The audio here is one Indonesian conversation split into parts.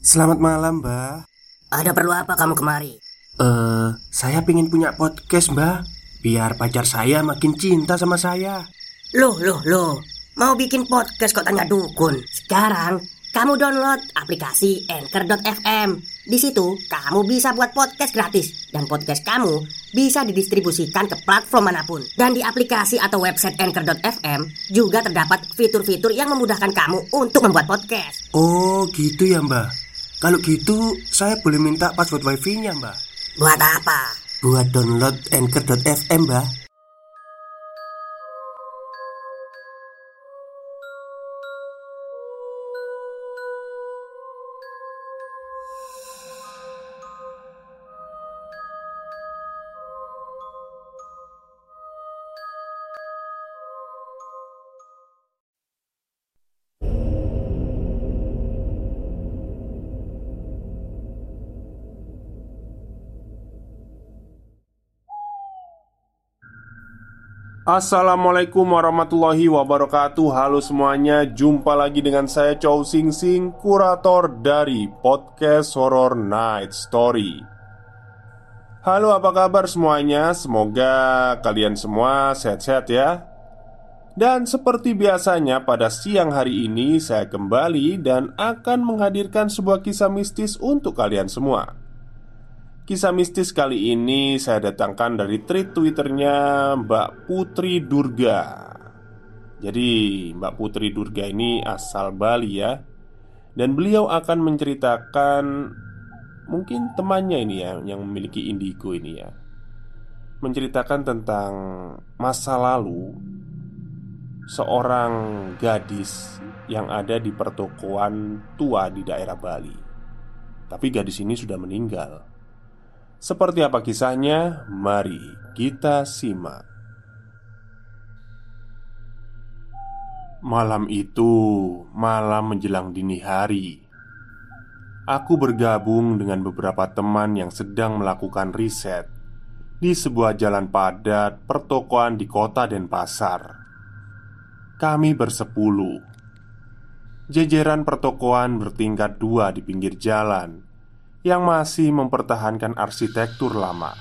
Selamat malam, Mbak. Ada perlu apa kamu kemari? Saya pengen punya podcast, Mbak. Biar pacar saya makin cinta sama saya. Loh, mau bikin podcast kok tanya dukun? Sekarang kamu download aplikasi Anchor.fm. Di situ kamu bisa buat podcast gratis. Dan podcast kamu bisa didistribusikan ke platform manapun. Dan di aplikasi atau website Anchor.fm juga terdapat fitur-fitur yang memudahkan kamu untuk membuat podcast. Oh, gitu ya, Mbak. Kalau gitu, saya boleh minta password wifi-nya, Mbak. Buat apa? Buat download Anchor.fm, Mbak. Assalamualaikum warahmatullahi wabarakatuh. Halo semuanya, jumpa lagi dengan saya Chow Sing Sing, kurator dari podcast Horror Night Story. Halo, apa kabar semuanya? Semoga kalian semua sehat-sehat ya. Dan seperti biasanya pada siang hari ini saya kembali dan akan menghadirkan sebuah kisah mistis untuk kalian semua. Kisah mistis kali ini saya datangkan dari tweet Twitternya Mbak Putri Durga. Jadi Mbak Putri Durga ini asal Bali ya. Dan beliau akan menceritakan mungkin temannya ini ya, yang memiliki indigo ini ya, menceritakan tentang masa lalu seorang gadis yang ada di pertokoan tua di daerah Bali. Tapi gadis ini sudah meninggal. Seperti apa kisahnya? Mari kita simak. Malam itu, malam menjelang dini hari, aku bergabung dengan beberapa teman yang sedang melakukan riset di sebuah jalan padat pertokoan di kota Denpasar. Kami bersepuluh. Jejeran pertokoan bertingkat 2 di pinggir jalan yang masih mempertahankan arsitektur lama.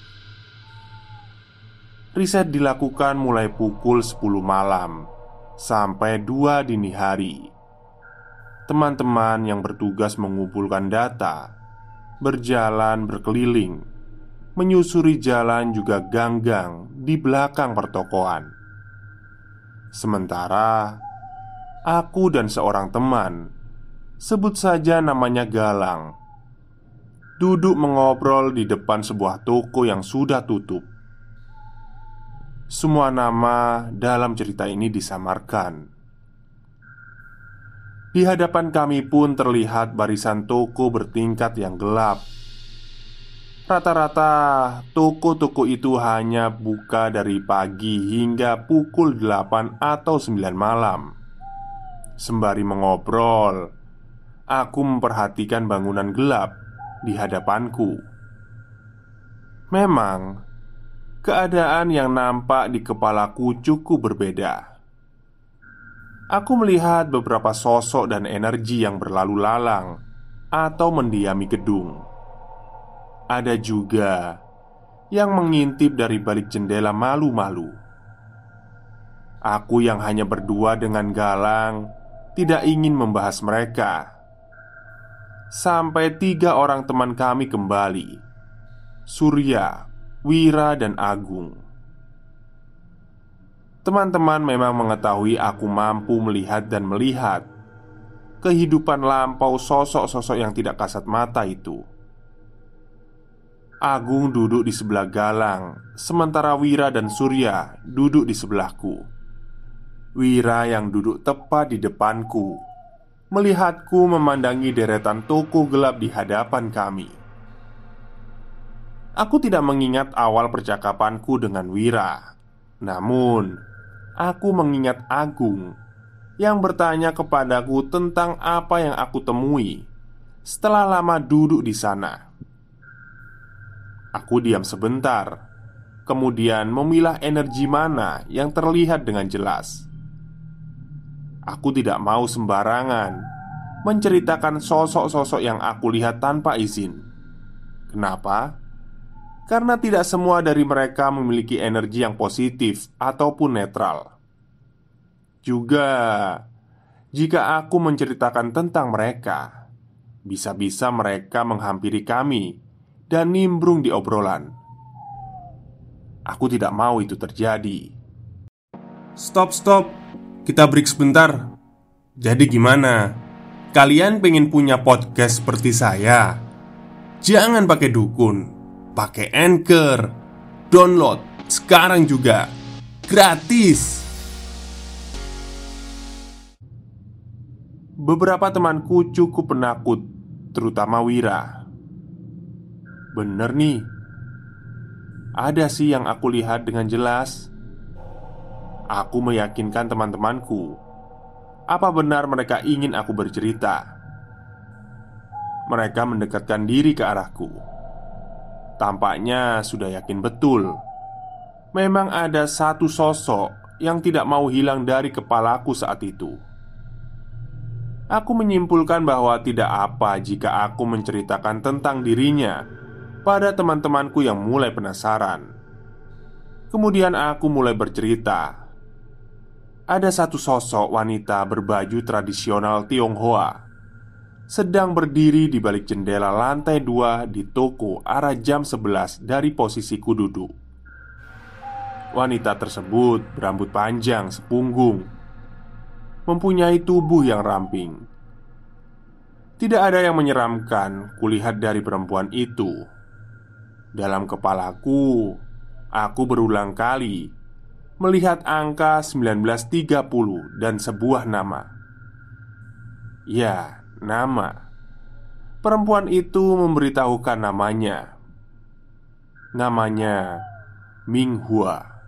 Riset dilakukan mulai pukul 10 malam sampai 2 dini hari. Teman-teman yang bertugas mengumpulkan data berjalan berkeliling, menyusuri jalan juga gang-gang di belakang pertokoan. Sementara aku dan seorang teman, sebut saja namanya Galang, duduk mengobrol di depan sebuah toko yang sudah tutup. Semua nama dalam cerita ini disamarkan. Di hadapan kami pun terlihat barisan toko bertingkat yang gelap. Rata-rata toko-toko itu hanya buka dari pagi hingga pukul 8 atau 9 malam. Sembari mengobrol, aku memperhatikan bangunan gelap di hadapanku. Memang, keadaan yang nampak di kepalaku cukup berbeda. Aku melihat beberapa sosok dan energi yang berlalu lalang atau mendiami gedung. Ada juga yang mengintip dari balik jendela malu-malu. Aku yang hanya berdua dengan Galang tidak ingin membahas mereka. Sampai 3 orang teman kami kembali: Surya, Wira, dan Agung. Teman-teman memang mengetahui aku mampu melihat dan melihat kehidupan lampau sosok-sosok yang tidak kasat mata itu. Agung duduk di sebelah Galang, sementara Wira dan Surya duduk di sebelahku. Wira yang duduk tepat di depanku melihatku memandangi deretan toko gelap di hadapan kami. Aku tidak mengingat awal percakapanku dengan Wira. Namun, aku mengingat Agung yang bertanya kepadaku tentang apa yang aku temui setelah lama duduk di sana. Aku diam sebentar, kemudian memilah energi mana yang terlihat dengan jelas. Aku tidak mau sembarangan menceritakan sosok-sosok yang aku lihat tanpa izin. Kenapa? Karena tidak semua dari mereka memiliki energi yang positif ataupun netral. Juga, jika aku menceritakan tentang mereka, bisa-bisa mereka menghampiri kami dan nimbrung di obrolan. Aku tidak mau itu terjadi. Stop, kita break sebentar. Jadi gimana? Kalian pengen punya podcast seperti saya? Jangan pakai dukun, pakai Anchor. Download sekarang juga, gratis. Beberapa temanku cukup penakut, terutama Wira. Bener nih, ada sih yang aku lihat dengan jelas. Aku meyakinkan teman-temanku, apa benar mereka ingin aku bercerita. Mereka mendekatkan diri ke arahku. Tampaknya sudah yakin betul. Memang ada satu sosok yang tidak mau hilang dari kepalaku saat itu. Aku menyimpulkan bahwa tidak apa jika aku menceritakan tentang dirinya pada teman-temanku yang mulai penasaran. Kemudian aku mulai bercerita. Ada satu sosok wanita berbaju tradisional Tionghoa sedang berdiri di balik jendela lantai 2 di toko arah jam 11 dari posisiku duduk. Wanita tersebut berambut panjang sepunggung, mempunyai tubuh yang ramping. Tidak ada yang menyeramkan kulihat dari perempuan itu. Dalam kepalaku, aku berulang kali melihat angka 1930 dan sebuah nama. Ya, nama. Perempuan itu memberitahukan namanya. Namanya Ming Hua.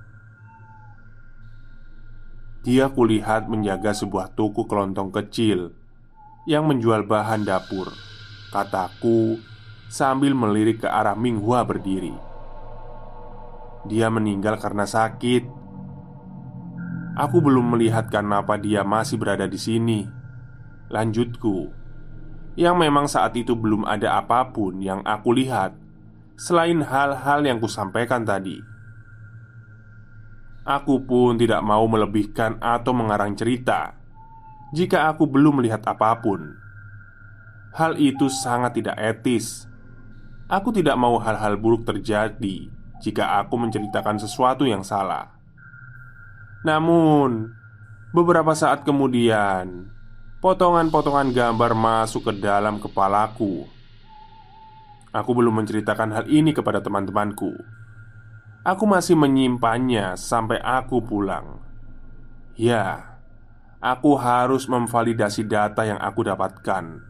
Dia kulihat menjaga sebuah toko kelontong kecil yang menjual bahan dapur, kataku sambil melirik ke arah Ming Hua berdiri. Dia meninggal karena sakit. Aku belum melihat kenapa dia masih berada di sini. Lanjutku, yang memang saat itu belum ada apapun yang aku lihat selain hal-hal yang kusampaikan tadi. Aku pun tidak mau melebihkan atau mengarang cerita jika aku belum melihat apapun. Hal itu sangat tidak etis. Aku tidak mau hal-hal buruk terjadi jika aku menceritakan sesuatu yang salah. Namun, beberapa saat kemudian, potongan-potongan gambar masuk ke dalam kepalaku. Aku belum menceritakan hal ini kepada teman-temanku. Aku masih menyimpannya sampai aku pulang. Ya, aku harus memvalidasi data yang aku dapatkan.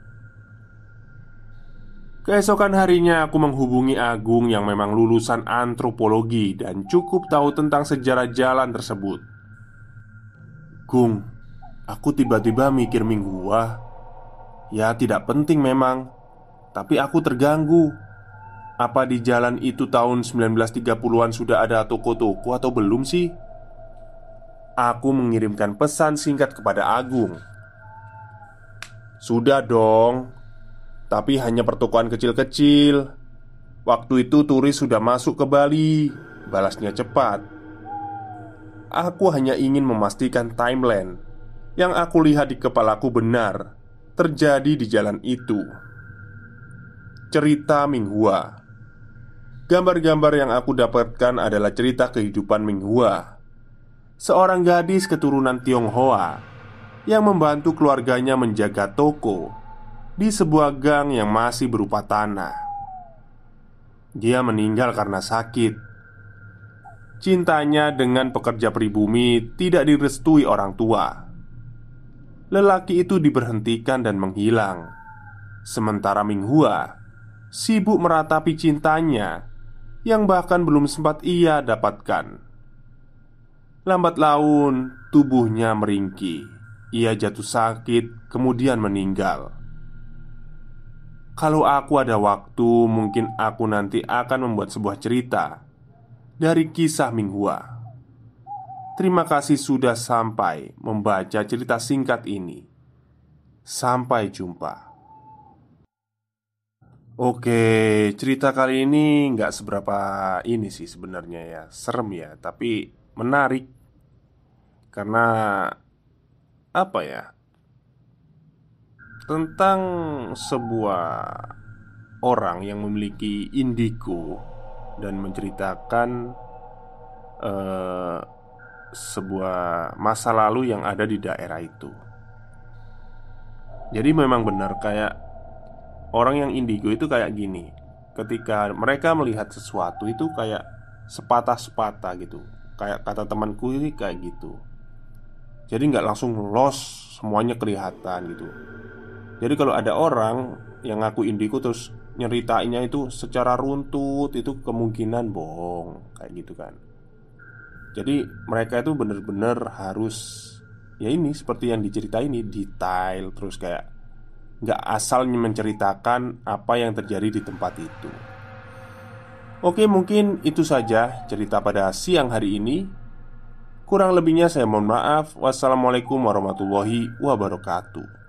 Keesokan harinya aku menghubungi Agung yang memang lulusan antropologi dan cukup tahu tentang sejarah jalan tersebut. Gung, aku tiba-tiba mikir Ming Hua. Ya tidak penting memang, tapi aku terganggu. Apa di jalan itu tahun 1930-an sudah ada toko-toko atau belum sih? Aku mengirimkan pesan singkat kepada Agung. Sudah dong, tapi hanya pertokoan kecil-kecil. Waktu itu turis sudah masuk ke Bali, balasnya cepat. Aku hanya ingin memastikan timeline yang aku lihat di kepalaku benar terjadi di jalan itu. Cerita Ming Hua. Gambar-gambar yang aku dapatkan adalah cerita kehidupan Ming Hua, seorang gadis keturunan Tionghoa yang membantu keluarganya menjaga toko di sebuah gang yang masih berupa tanah. Dia meninggal karena sakit. Cintanya dengan pekerja pribumi tidak direstui orang tua. Lelaki itu diberhentikan dan menghilang. Sementara Ming Hua sibuk meratapi cintanya yang bahkan belum sempat ia dapatkan. Lambat laun tubuhnya meringkih. Ia jatuh sakit kemudian meninggal. Kalau aku ada waktu, mungkin aku nanti akan membuat sebuah cerita dari kisah Ming Hua. Terima kasih sudah sampai membaca cerita singkat ini. Sampai jumpa. Oke, cerita kali ini nggak seberapa ini sih sebenarnya ya, serem ya, tapi menarik karena apa ya? Tentang sebuah orang yang memiliki indigo dan menceritakan eh, sebuah masa lalu yang ada di daerah itu. Jadi memang benar kayak orang yang indigo itu kayak gini. Ketika mereka melihat sesuatu itu kayak sepatah-sepatah gitu. Kayak kata temanku ini kayak gitu. Jadi nggak langsung loss semuanya kelihatan gitu. Jadi kalau ada orang yang ngaku indigo terus nyeritainnya itu secara runtut, itu kemungkinan bohong kayak gitu kan. Jadi mereka itu benar-benar harus ya ini seperti yang diceritain ini detail terus kayak nggak asal menceritakan apa yang terjadi di tempat itu. Oke, mungkin itu saja cerita pada siang hari ini. Kurang lebihnya saya mohon maaf. Wassalamualaikum warahmatullahi wabarakatuh.